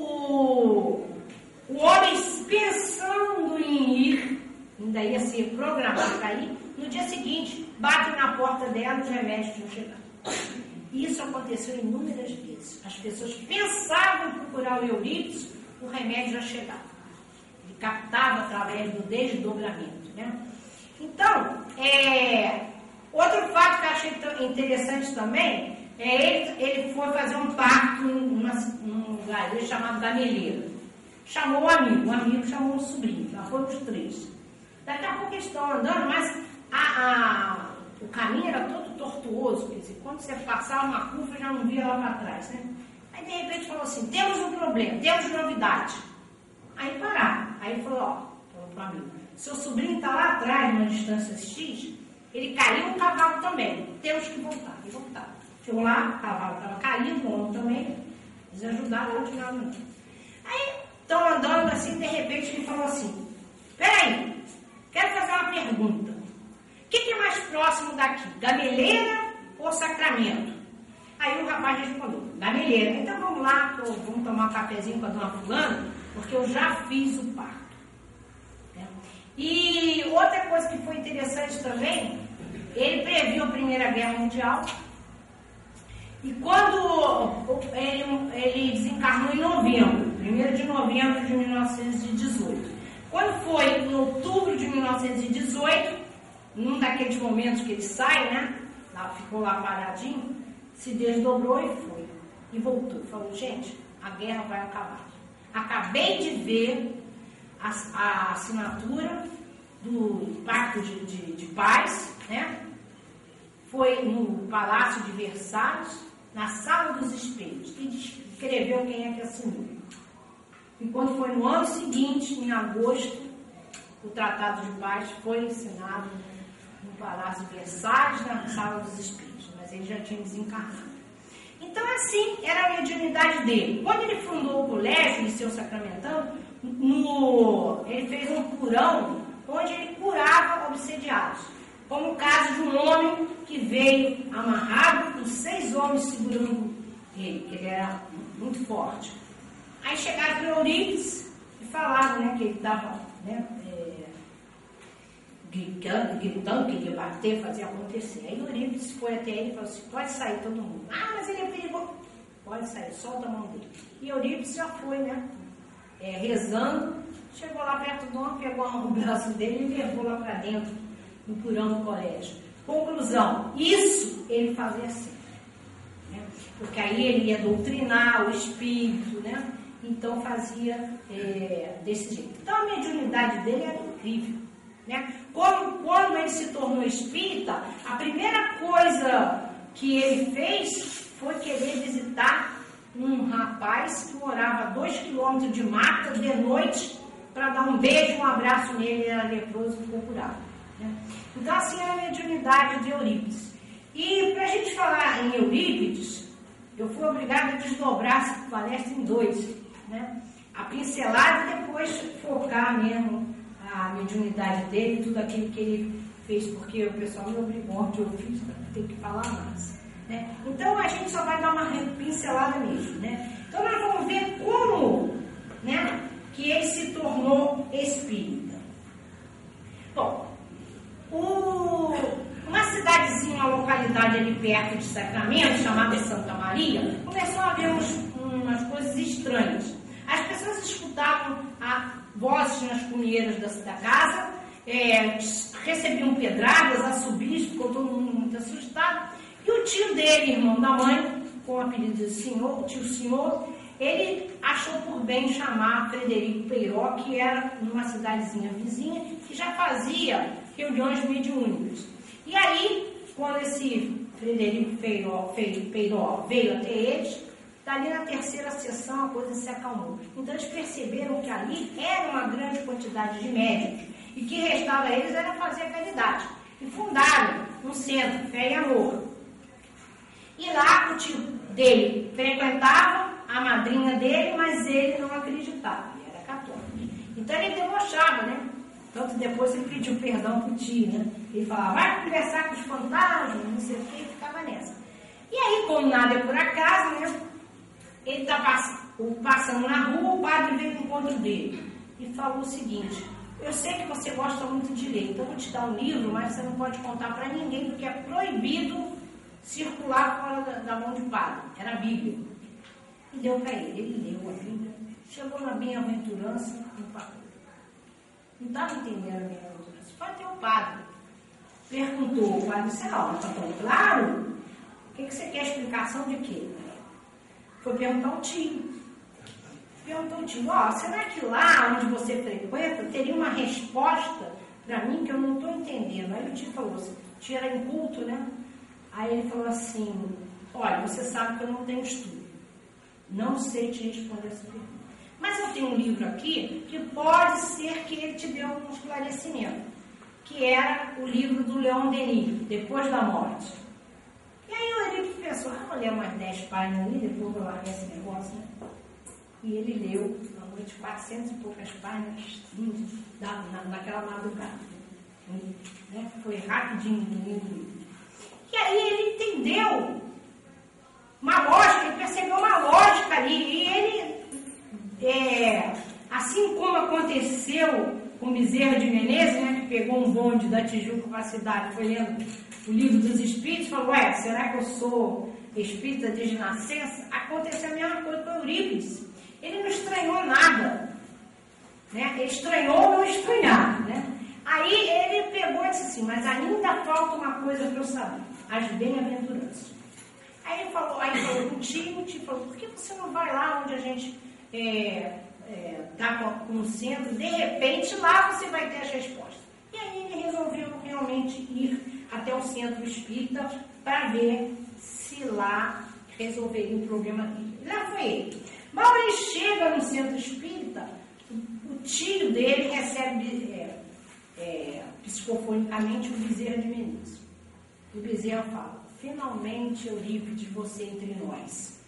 o, o homem pensando em ir, ainda ia ser programado para ir, no dia seguinte, bate na porta dela e os remédios tinham chegado. E isso aconteceu inúmeras vezes. As pessoas pensavam em procurar o Eurípides, o remédio já chegava. Ele captava através do desdobramento, né? Então, é, outro fato que eu achei interessante também, é ele, ele foi fazer um parto numa, num lugar chamado Gameleira. Chamou o amigo, o amigo chamou o sobrinho, já foram os três. Daqui a pouco eles estão andando, mas a, a, o caminho era todo tortuoso, quer dizer, quando você passava uma curva, já não via lá para trás, né? Aí, de repente, falou assim, temos um problema, temos novidade. Aí pararam. Aí ele falou, ó, falou para o amigo, seu sobrinho está lá atrás, numa distância X, ele caiu, o cavalo também, temos que voltar. E voltaram. Chegou lá, o cavalo estava caído, o homem também, eles ajudaram, não tiraram não. Aí, estão andando assim, de repente, ele falou assim, peraí, quero fazer uma pergunta. O que, que é mais próximo daqui, Gameleira ou Sacramento? Aí o rapaz respondeu, Gameleira. Então vamos lá, eu, vamos tomar um cafezinho com a dona fulana, porque eu já fiz o parto. É. E outra coisa que foi interessante também, ele previu a Primeira Guerra Mundial, e quando ele, ele desencarnou em novembro, primeiro de novembro de mil novecentos e dezoito. Quando foi em outubro de mil novecentos e dezoito, num daqueles momentos que ele sai, né? Lá, ficou lá paradinho, se desdobrou e foi. E voltou. Falou, gente, a guerra vai acabar. Acabei de ver a, a assinatura do Pacto de, de, de Paz, né? Foi no Palácio de Versalhes, na Sala dos Espelhos, e descreveu quem é que assinou. E quando foi no ano seguinte, em agosto, o Tratado de Paz foi assinado no Palácio de Versalhes, na Sala dos Espelhos, mas ele já tinha desencarnado. Então, assim, era a mediunidade dele. Quando ele fundou o colégio de Seu Sacramentano, no, ele fez um curão onde ele curava obsediados. Como o caso de um homem que veio amarrado com seis homens segurando ele, que ele era muito forte. Aí chegaram para o Eurípides e falaram, né, que ele estava, né, é, gritando, gritando que ia bater, fazer acontecer. Aí o Eurípides foi até ele e falou assim, pode sair todo mundo. Ah, mas ele é perigoso. Pode sair, solta a mão dele. E Eurípides já foi, né, é, rezando, chegou lá perto do homem, pegou o braço dele e levou lá para dentro, no porão do colégio. Conclusão, isso ele fazia assim, né? Porque aí ele ia doutrinar o espírito, né? Então fazia é, desse jeito. Então a mediunidade dele era incrível, né? Quando, quando ele se tornou espírita, a primeira coisa que ele fez foi querer visitar um rapaz que morava a dois quilômetros de mata de noite para dar um beijo, um abraço nele, ele era leproso e ficou curado, né? Então assim era a mediunidade de Eurípides. E para a gente falar em Eurípides, eu fui obrigada a desdobrar essa palestra em dois, né? A pincelada e depois focar mesmo a mediunidade dele, tudo aquilo que ele fez, porque o pessoal me obrigou, que eu fiz, para ter que falar mais, né? Então a gente só vai dar uma pincelada mesmo, né? Então nós vamos ver como, né, que ele se tornou espírita. Bom, o, uma cidadezinha, uma localidade ali perto de Sacramento, chamada Santa Maria, começou a haver uns, umas coisas estranhas. As pessoas escutavam a vozes nas cumieiras da, da casa, é, recebiam pedradas, assobios, ficou todo mundo muito assustado. E o tio dele, irmão da mãe, com o apelido de senhor, o tio senhor, ele achou por bem chamar Frederico Peiró, que era numa cidadezinha vizinha, que já fazia reuniões mediúnicas. E aí, quando esse Frederico Peiró, Peiró veio até eles, dali na terceira sessão a coisa se acalmou. Então eles perceberam que ali era uma grande quantidade de médicos e que restava a eles era fazer a caridade. E fundaram um centro, Fé e Amor. E lá o tio dele frequentava, a madrinha dele, mas ele não acreditava, ele era católico. Então ele debochava, né? Tanto depois ele pediu perdão pro tio, né? Ele falava, vai conversar com os fantasmas, não sei o que, e ficava nessa. E aí, como nada é por acaso, né? Ele está pass passando na rua, o padre veio no encontro dele e falou o seguinte, eu sei que você gosta muito de ler, então eu vou te dar um livro, mas você não pode contar para ninguém, porque é proibido circular fora estava na mão de padre, era a Bíblia. E deu para ele, ele leu a Bíblia, chegou na bem-aventurança, não parou. Não estava entendendo a bem-aventurança. Foi até o padre. Perguntou, o padre disse, não, está tão claro? O que, que você quer explicação de quê? Foi perguntar ao tio. Perguntou ao tio, ó, será que lá onde você frequenta teria uma resposta para mim que eu não estou entendendo? Aí o tio falou assim, o tio era inculto, né? Aí ele falou assim, olha, você sabe que eu não tenho estudo. Não sei te responder essa pergunta. Mas eu tenho um livro aqui que pode ser que ele te dê um esclarecimento, que era o livro do Leon Denis, Depois da Morte. E aí o Eurípides pensou, ah, vou ler umas dez páginas ali, depois vou largar esse negócio, né? E ele leu, à noite, quatrocentas e poucas páginas, na, na, naquela madrugada. Né? Foi rapidinho do livro. E aí ele entendeu uma lógica, ele percebeu uma lógica ali. E ele, é, assim como aconteceu com Bezerra de Menezes, né, que pegou um bonde da Tijuca para a cidade, foi lendo o livro dos Espíritos, falou, ué, será que eu sou espírita desde nascença? Aconteceu a mesma coisa com Eurípides. Ele não estranhou nada. Né? Ele estranhou não estranhar. Né? Aí ele pegou e disse assim, mas ainda falta uma coisa para eu saber, as bem-aventuranças. Aí ele falou, aí falou contigo, te falou, por que você não vai lá onde a gente é, é, tá com o centro, de repente lá você vai ter as respostas. E aí ele resolveu realmente ir até o centro espírita para ver se lá resolveria o problema dele. Lá foi ele. Mal ele chega no centro espírita, o tio dele recebe é, é, psicofonicamente o Bezerra de Menezes. O Bezerra fala, finalmente, Eurípides, você entre nós.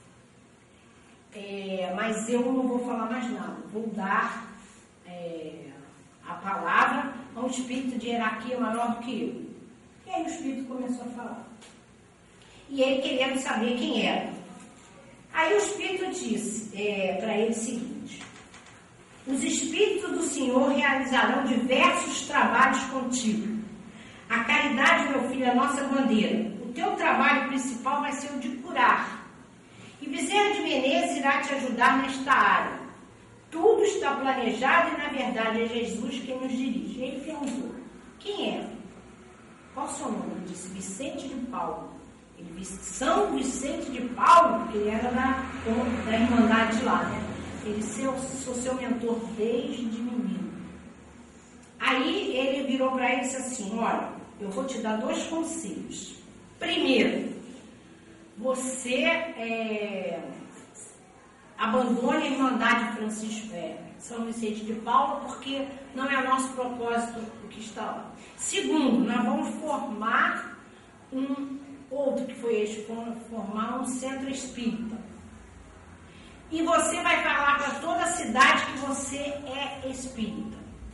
É, mas eu não vou falar mais nada, vou dar é, a palavra a um espírito de hierarquia maior do que eu. E aí o espírito começou a falar. E ele querendo saber quem era. Aí o espírito disse é, para ele o seguinte, os espíritos do Senhor realizarão diversos trabalhos contigo. A caridade, meu filho, é a nossa bandeira. O teu trabalho principal vai ser o de curar. E Bezerra de Menezes irá te ajudar nesta área. Tudo está planejado e, na verdade, é Jesus quem nos dirige. Ele perguntou, quem é? Qual o seu nome? Ele disse, Vicente de Paulo. Ele disse, São Vicente de Paulo, que ele era da, da Irmandade lá, né? Ele sou, sou seu mentor desde menino. Aí ele virou para ele e disse assim, olha, eu vou te dar dois conselhos. Primeiro, você é, abandone a Irmandade Francisco, é, São Vicente de Paulo, porque não é nosso propósito o que está lá. Segundo, nós vamos formar um outro que foi este, formar um centro espírita. E você vai falar para toda a cidade que você é espírita.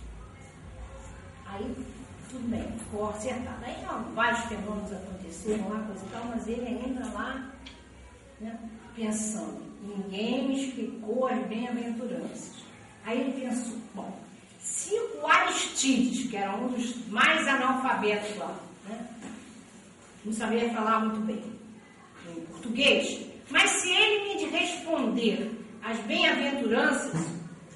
Aí, tudo bem, ficou acertado. Aí, ó, vários fenômenos aconteceram lá, coisa e tal, mas ele ainda lá, né, pensando, ninguém me explicou as bem-aventuranças. Aí ele pensou, bom, se o Aristides, que era um dos mais analfabetos lá, né, não sabia falar muito bem em português, mas se ele me responder as bem-aventuranças,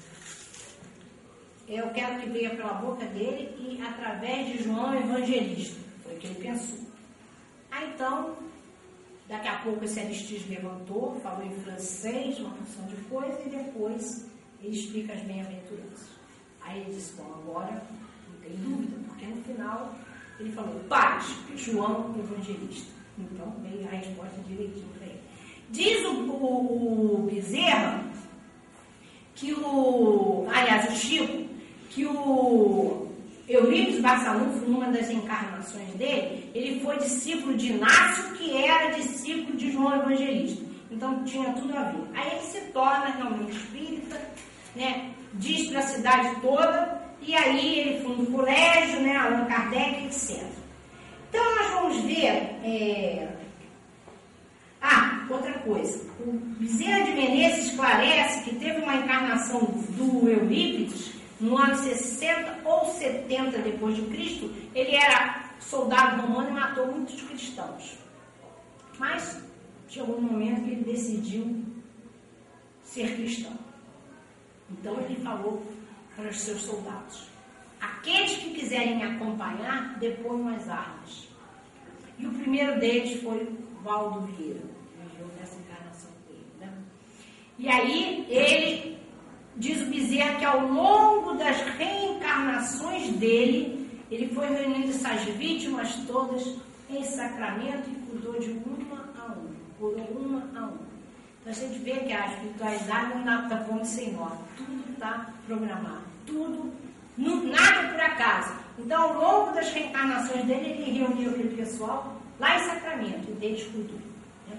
eu quero que venha pela boca dele e através de João Evangelista. Foi o que ele pensou. Aí então, daqui a pouco esse Aristides levantou, falou em francês, uma porção de coisa, e depois ele explica as bem-aventuranças. Aí ele disse, bom, agora não tem dúvida, porque no final ele falou, paz, João Evangelista. Então veio a resposta direitinho para ele. Diz o, o, o Bezerra que o, aliás, o Chico, que o Eurípides Barçanufo, numa das encarnações dele, ele foi discípulo de Inácio, que era discípulo de João Evangelista. Então tinha tudo a ver. Aí ele se torna realmente espírita, né? Diz para a cidade toda, e aí ele funda um colégio, né? Allan Kardec, etcétera. Então nós vamos ver. É... Ah, outra coisa. O Bezerra de Menezes esclarece que teve uma encarnação do Eurípides no ano sessenta ou setenta depois de Cristo. Ele era soldado romano e matou muitos cristãos. Mas chegou um momento que ele decidiu ser cristão. Então ele falou para os seus soldados: aqueles que quiserem me acompanhar, deponham as armas. E o primeiro deles foi Valdo Vieira, viveu nessa encarnação dele, né? E aí ele diz o Bezerra que ao longo das reencarnações dele, ele foi reunindo essas vítimas todas em sacramento e cuidou de uma a uma, curou uma a uma. Então a gente vê que a espiritualidade não está pondo sem nó, tudo está programado, tudo, nada por acaso. Então ao longo das reencarnações dele, ele reuniu aquele pessoal lá em sacramento e deles cuidou. Né?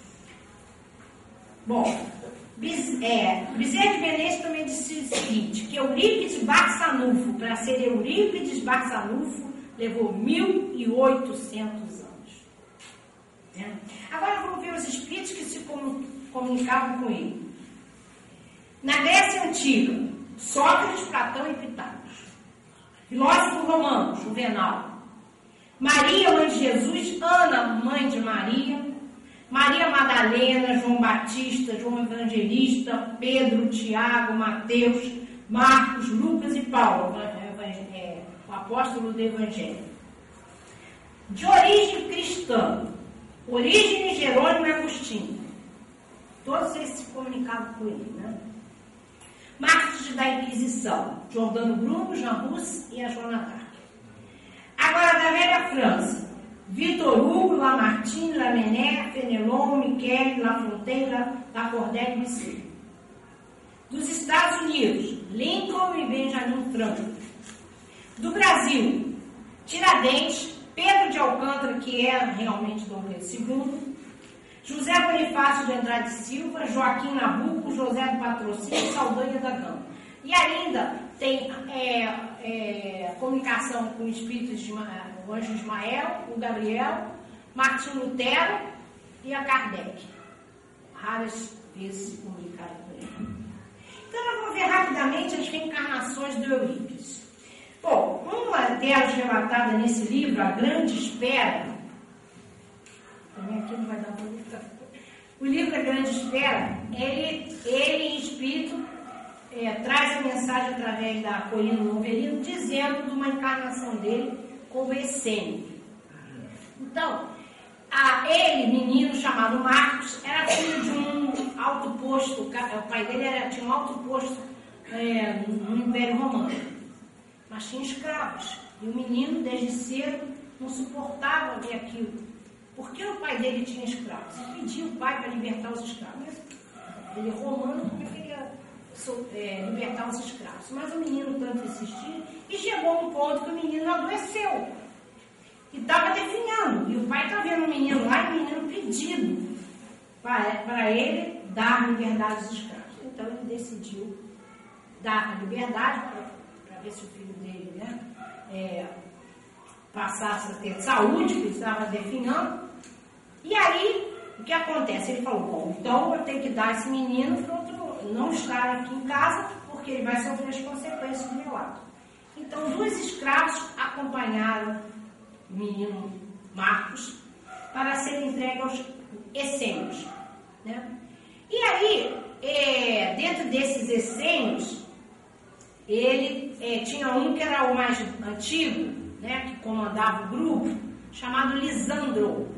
Bom, É, Bezerra de Menezes também disse o seguinte, que Eurípides Barçanufo, para ser Eurípides Barçanufo, levou mil e oitocentos anos. É. Agora vamos ver os espíritos que se comunicavam com ele. Na Grécia Antiga, Sócrates, Platão e Pitágoras. Filósofo romano, Juvenal. Maria, mãe de Jesus, Ana, mãe de Maria, Maria Madalena, João Batista, João Evangelista, Pedro, Tiago, Mateus, Marcos, Lucas e Paulo, é, o apóstolo do Evangelho. De origem cristã, Orígenes, Jerônimo e Agostinho. Todos eles se comunicavam com ele, né? Mártires da Inquisição, Giordano Bruno, Jean Hus e a Joana d'Arc. Agora, da velha França, Victor Hugo, Lamartine, Lamennais, Fenelon, Michel, Lafontaine, Lacordaire e Bissell. Dos Estados Unidos, Lincoln e Benjamin Franklin. Do Brasil, Tiradentes, Pedro de Alcântara, que era realmente Dom Pedro segundo, José Bonifácio de Andrade Silva, Joaquim Nabuco, José do Patrocínio e Saldanha da Gama. E ainda tem é, é, comunicação com o espírito de o anjo Ismael, o Gabriel, Martim Lutero e a Kardec. Raras vezes se comunicaram com ele. Então nós vamos ver rapidamente as reencarnações do Eurípides. Bom, uma delas relatada nesse livro, A Grande Espera, também aqui não vai dar bonita. O livro A Grande Espera, ele, ele em espírito, é, traz a mensagem através da Apolino Novelino, dizendo de uma encarnação dele como essênio. Então, a, ele, menino chamado Marcos, era filho de um alto posto, o pai dele era, tinha um alto posto é, no Império Romano, mas tinha escravos. E o menino, desde cedo, não suportava ver aquilo. Por que o pai dele tinha escravos? Ele pedia o pai para libertar os escravos. Mas ele é romano, porque queria é, libertar os escravos. Mas o menino tanto insistia, e chegou a um ponto que o menino adoeceu. E estava definhando. E o pai está vendo o menino lá, e o menino pedindo para, para ele dar liberdade aos escravos. Então ele decidiu dar a liberdade para ver se o filho dele, né, é, passasse a ter saúde, que estava definhando. E aí, o que acontece? Ele falou, bom, então eu tenho que dar esse menino para outro, não estar aqui em casa, porque ele vai sofrer as consequências do meu ato. Então, dois escravos acompanharam o menino Marcos para serem entregues aos essênios, né? E aí, é, dentro desses essênios, ele é, tinha um que era o mais antigo, né, que comandava o grupo, chamado Lisandro.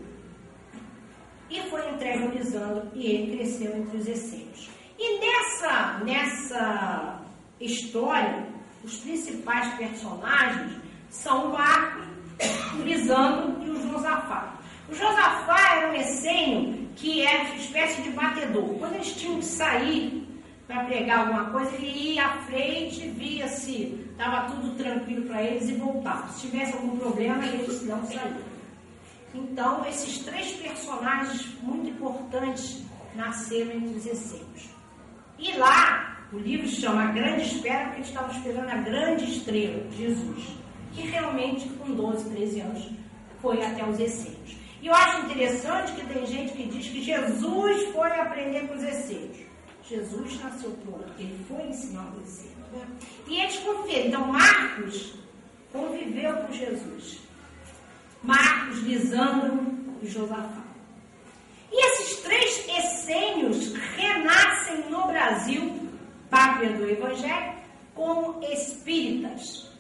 E foi entregue ao Lisandro e ele cresceu entre os essênios. E nessa, nessa história, os principais personagens são o Marcos, o Lisandro e o Josafá. O Josafá era um essênio que era uma espécie de batedor. Quando eles tinham que sair para pregar alguma coisa, ele ia à frente, via se estava tudo tranquilo para eles e voltava. Se tivesse algum problema, eles não saíam. Então, esses três personagens muito importantes nasceram entre os essênios. E lá, o livro se chama A Grande Espera, porque eles estavam esperando a grande estrela, Jesus, que realmente, com doze, treze anos, foi até os essênios. E eu acho interessante que tem gente que diz que Jesus foi aprender com os essênios. Jesus nasceu pronto, ele foi ensinar os essênios. Né? E eles confiram. Então, Marcos conviveu com Jesus. Marcos, Lisandro e Josafá. E esses três história do Evangelho como espíritas.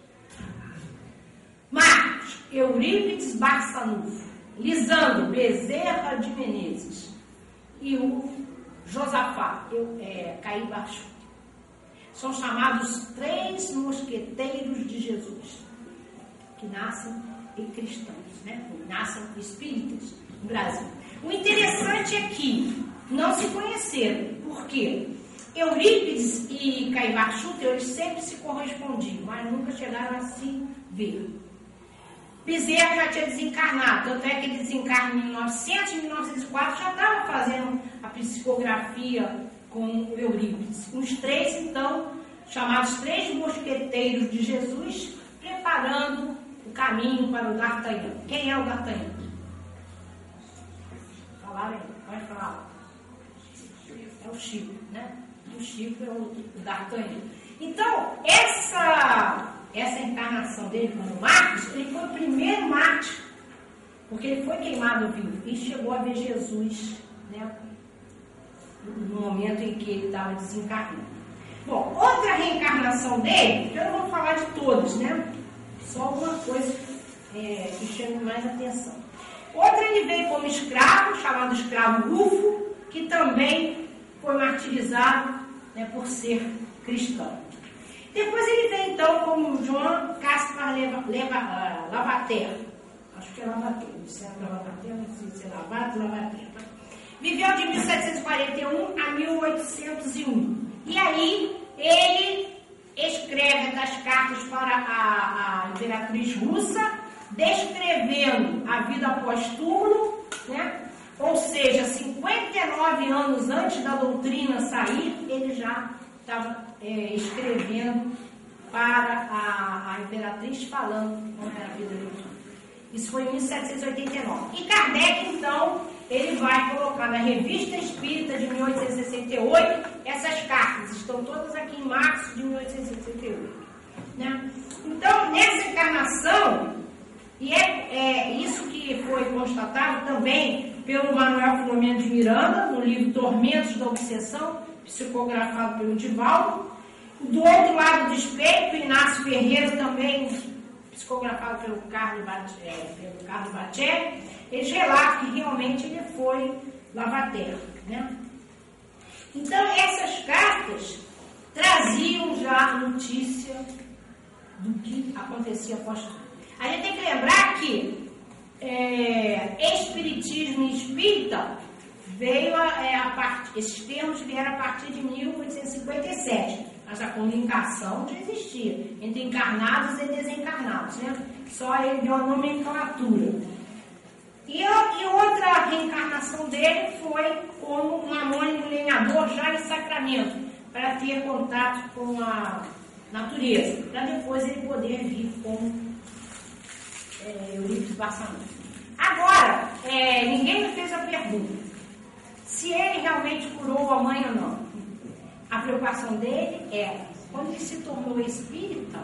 Marcos, Eurípides Barçanufo, Lisandro Bezerra de Menezes e o Josafá, eu, é, Caí Baixo. São chamados três mosqueteiros de Jesus, que nascem em cristãos, né? Nascem espíritas no Brasil. O interessante é que não se conheceram. Por quê? Eurípides e Caí Baixo, eles sempre se correspondiam, mas nunca chegaram a se ver. Bezerra já tinha desencarnado, tanto é que ele desencarna em mil e novecentos, em mil novecentos e quatro já estava fazendo a psicografia com o Eurípides. Os três, então, chamados três mosqueteiros de Jesus, preparando o caminho para o D'Artagnan. Quem é o D'Artagnan? Falaram aí, pode falar. É o Chico, né? O Chico é o D'Artagnan. Então, essa... essa encarnação dele como Marcos, ele foi o primeiro mártir, porque ele foi queimado vivo e chegou a ver Jesus, né, no momento em que ele estava desencarnando. Bom, outra reencarnação dele, eu não vou falar de todos, né, só alguma coisa é, que chama mais atenção. Outra, ele veio como escravo, chamado escravo Rufo, que também foi martirizado, né, por ser cristão. Depois ele vem, então, como João Caspar Lavater. Acho que é Lavater. Se é Lavater, não sei se é Lavater, Lavater. Viveu de mil setecentos e quarenta e um a mil oitocentos e um. E aí, ele escreve das cartas para a, a imperatriz russa, descrevendo a vida após-túmulo, né? Ou seja, cinquenta e nove anos antes da doutrina sair, ele já estava é, escrevendo para a, a imperatriz, falando como era a vida dele. Isso foi em mil setecentos e oitenta e nove. E Kardec, então, ele vai colocar na Revista Espírita de mil oitocentos e sessenta e oito essas cartas. Estão todas aqui em março de mil oitocentos e sessenta e oito. Né? Então, nessa encarnação, e é, é isso que foi constatado também pelo Manuel Filomeno de Miranda, no livro Tormentos da Obsessão, psicografado pelo Divaldo. Do outro lado do espelho, Inácio Ferreira, também psicografado pelo Carlos, é, pelo Carlos Batelli, eles relatam que realmente ele foi Lavater, né? Então, essas cartas traziam já a notícia do que acontecia após tudo. A gente tem que lembrar que é, espiritismo e espírita veio a, é, a part... esses termos vieram a partir de mil oitocentos e cinquenta e sete, mas a comunicação já existia entre encarnados e desencarnados, né? Só ele deu a nomenclatura. E, e outra reencarnação dele foi como um anônimo lenhador já em Sacramento, para ter contato com a natureza, para depois ele poder vir como é, Eurípides Barçanufo. Agora, é, ninguém me fez a pergunta se ele realmente curou a mãe ou não. A preocupação dele é, quando ele se tornou espírita,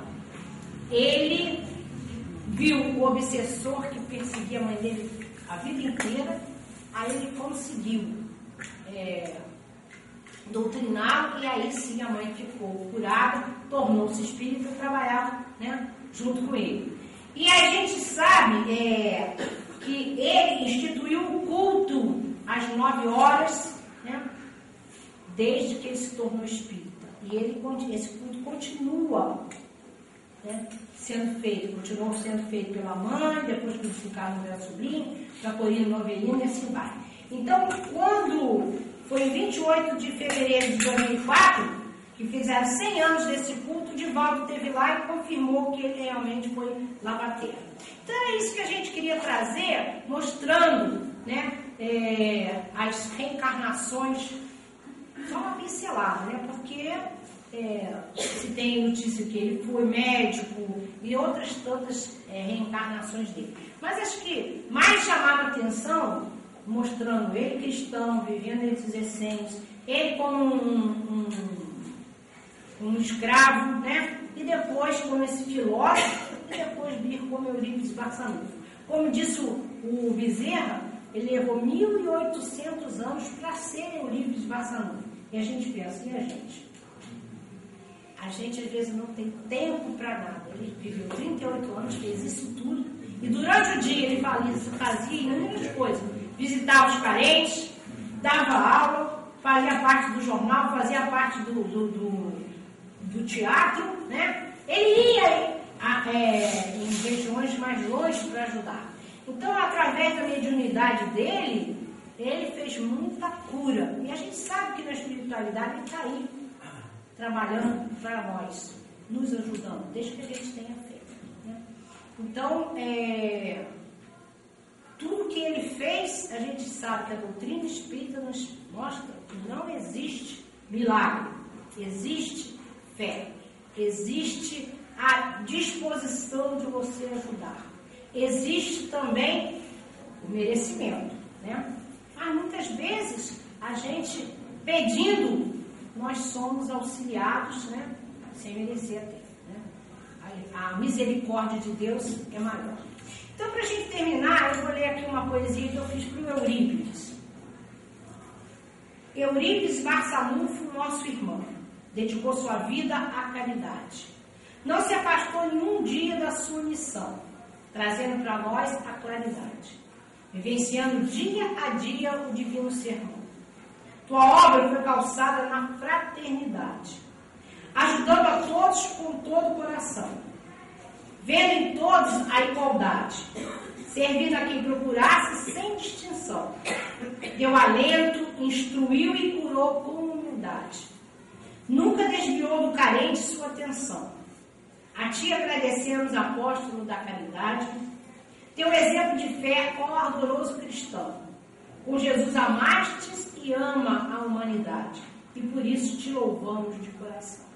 ele viu o obsessor que perseguia a mãe dele a vida inteira, aí ele conseguiu é, doutriná-lo, e aí sim a mãe ficou curada, tornou-se espírita e trabalhava, né, junto com ele. E a gente sabe é, que ele instituiu o culto às nove horas, né, desde que ele se tornou espírita. E ele, esse culto continua, né, sendo feito, continuou sendo feito pela mãe, depois crucificado pela sobrinha, Jacorino Novelino, e assim vai. Então, quando foi em vinte e oito de fevereiro de dois mil e quatro, que fizeram cem anos desse culto, o Divaldo esteve lá e confirmou que ele realmente foi Lavater. Então, é isso que a gente queria trazer, mostrando, né, é, as reencarnações, só uma pincelada, né, porque é, se tem notícia que ele foi médico e outras tantas é, reencarnações dele. Mas acho que mais chamava a atenção, mostrando ele cristão, vivendo entre os essênios, ele como um, um, um escravo, né? E depois como esse filósofo, e depois vir como Eurípides Barçanufo. Como disse o, o Bezerra, ele levou mil e oitocentos anos para ser Eurípides Barçanufo. E a gente pensa, e a gente? A gente às vezes não tem tempo para nada. Ele viveu trinta e oito anos, fez isso tudo. E durante o dia ele fazia inúmeras coisas. Visitava os parentes, dava aula, fazia parte do jornal, fazia parte do, do, do, do teatro, né? Ele ia a, é, em regiões mais longe para ajudar. Então, através da mediunidade dele, ele fez muita cura. E a gente sabe que na espiritualidade ele está aí, trabalhando para nós, nos ajudando, desde que a gente tenha feito. Né? Então, é, tudo que ele fez, a gente sabe que a doutrina espírita nos mostra que não existe milagre, existe fé, existe a disposição de você ajudar, existe também o merecimento, né? Mas muitas vezes a gente pedindo, nós somos auxiliados, né? Sem merecer até, né? A, a misericórdia de Deus é maior. Então, para a gente terminar, eu vou ler aqui uma poesia que eu fiz para o Eurípides. Eurípides Barçanufo, nosso irmão, dedicou sua vida à caridade. Não se afastou nenhum dia da sua missão, trazendo para nós a claridade, vivenciando dia a dia o divino sermão. Tua obra foi calçada na fraternidade, ajudando a todos com todo o coração, vendo em todos a igualdade, servindo a quem procurasse sem distinção. Deu alento, instruiu e curou com humildade. Nunca desviou do carente sua atenção. A ti agradecemos, apóstolo da caridade, teu exemplo de fé, ó ardoroso cristão. Com Jesus amastes e ama a humanidade, e por isso te louvamos de coração.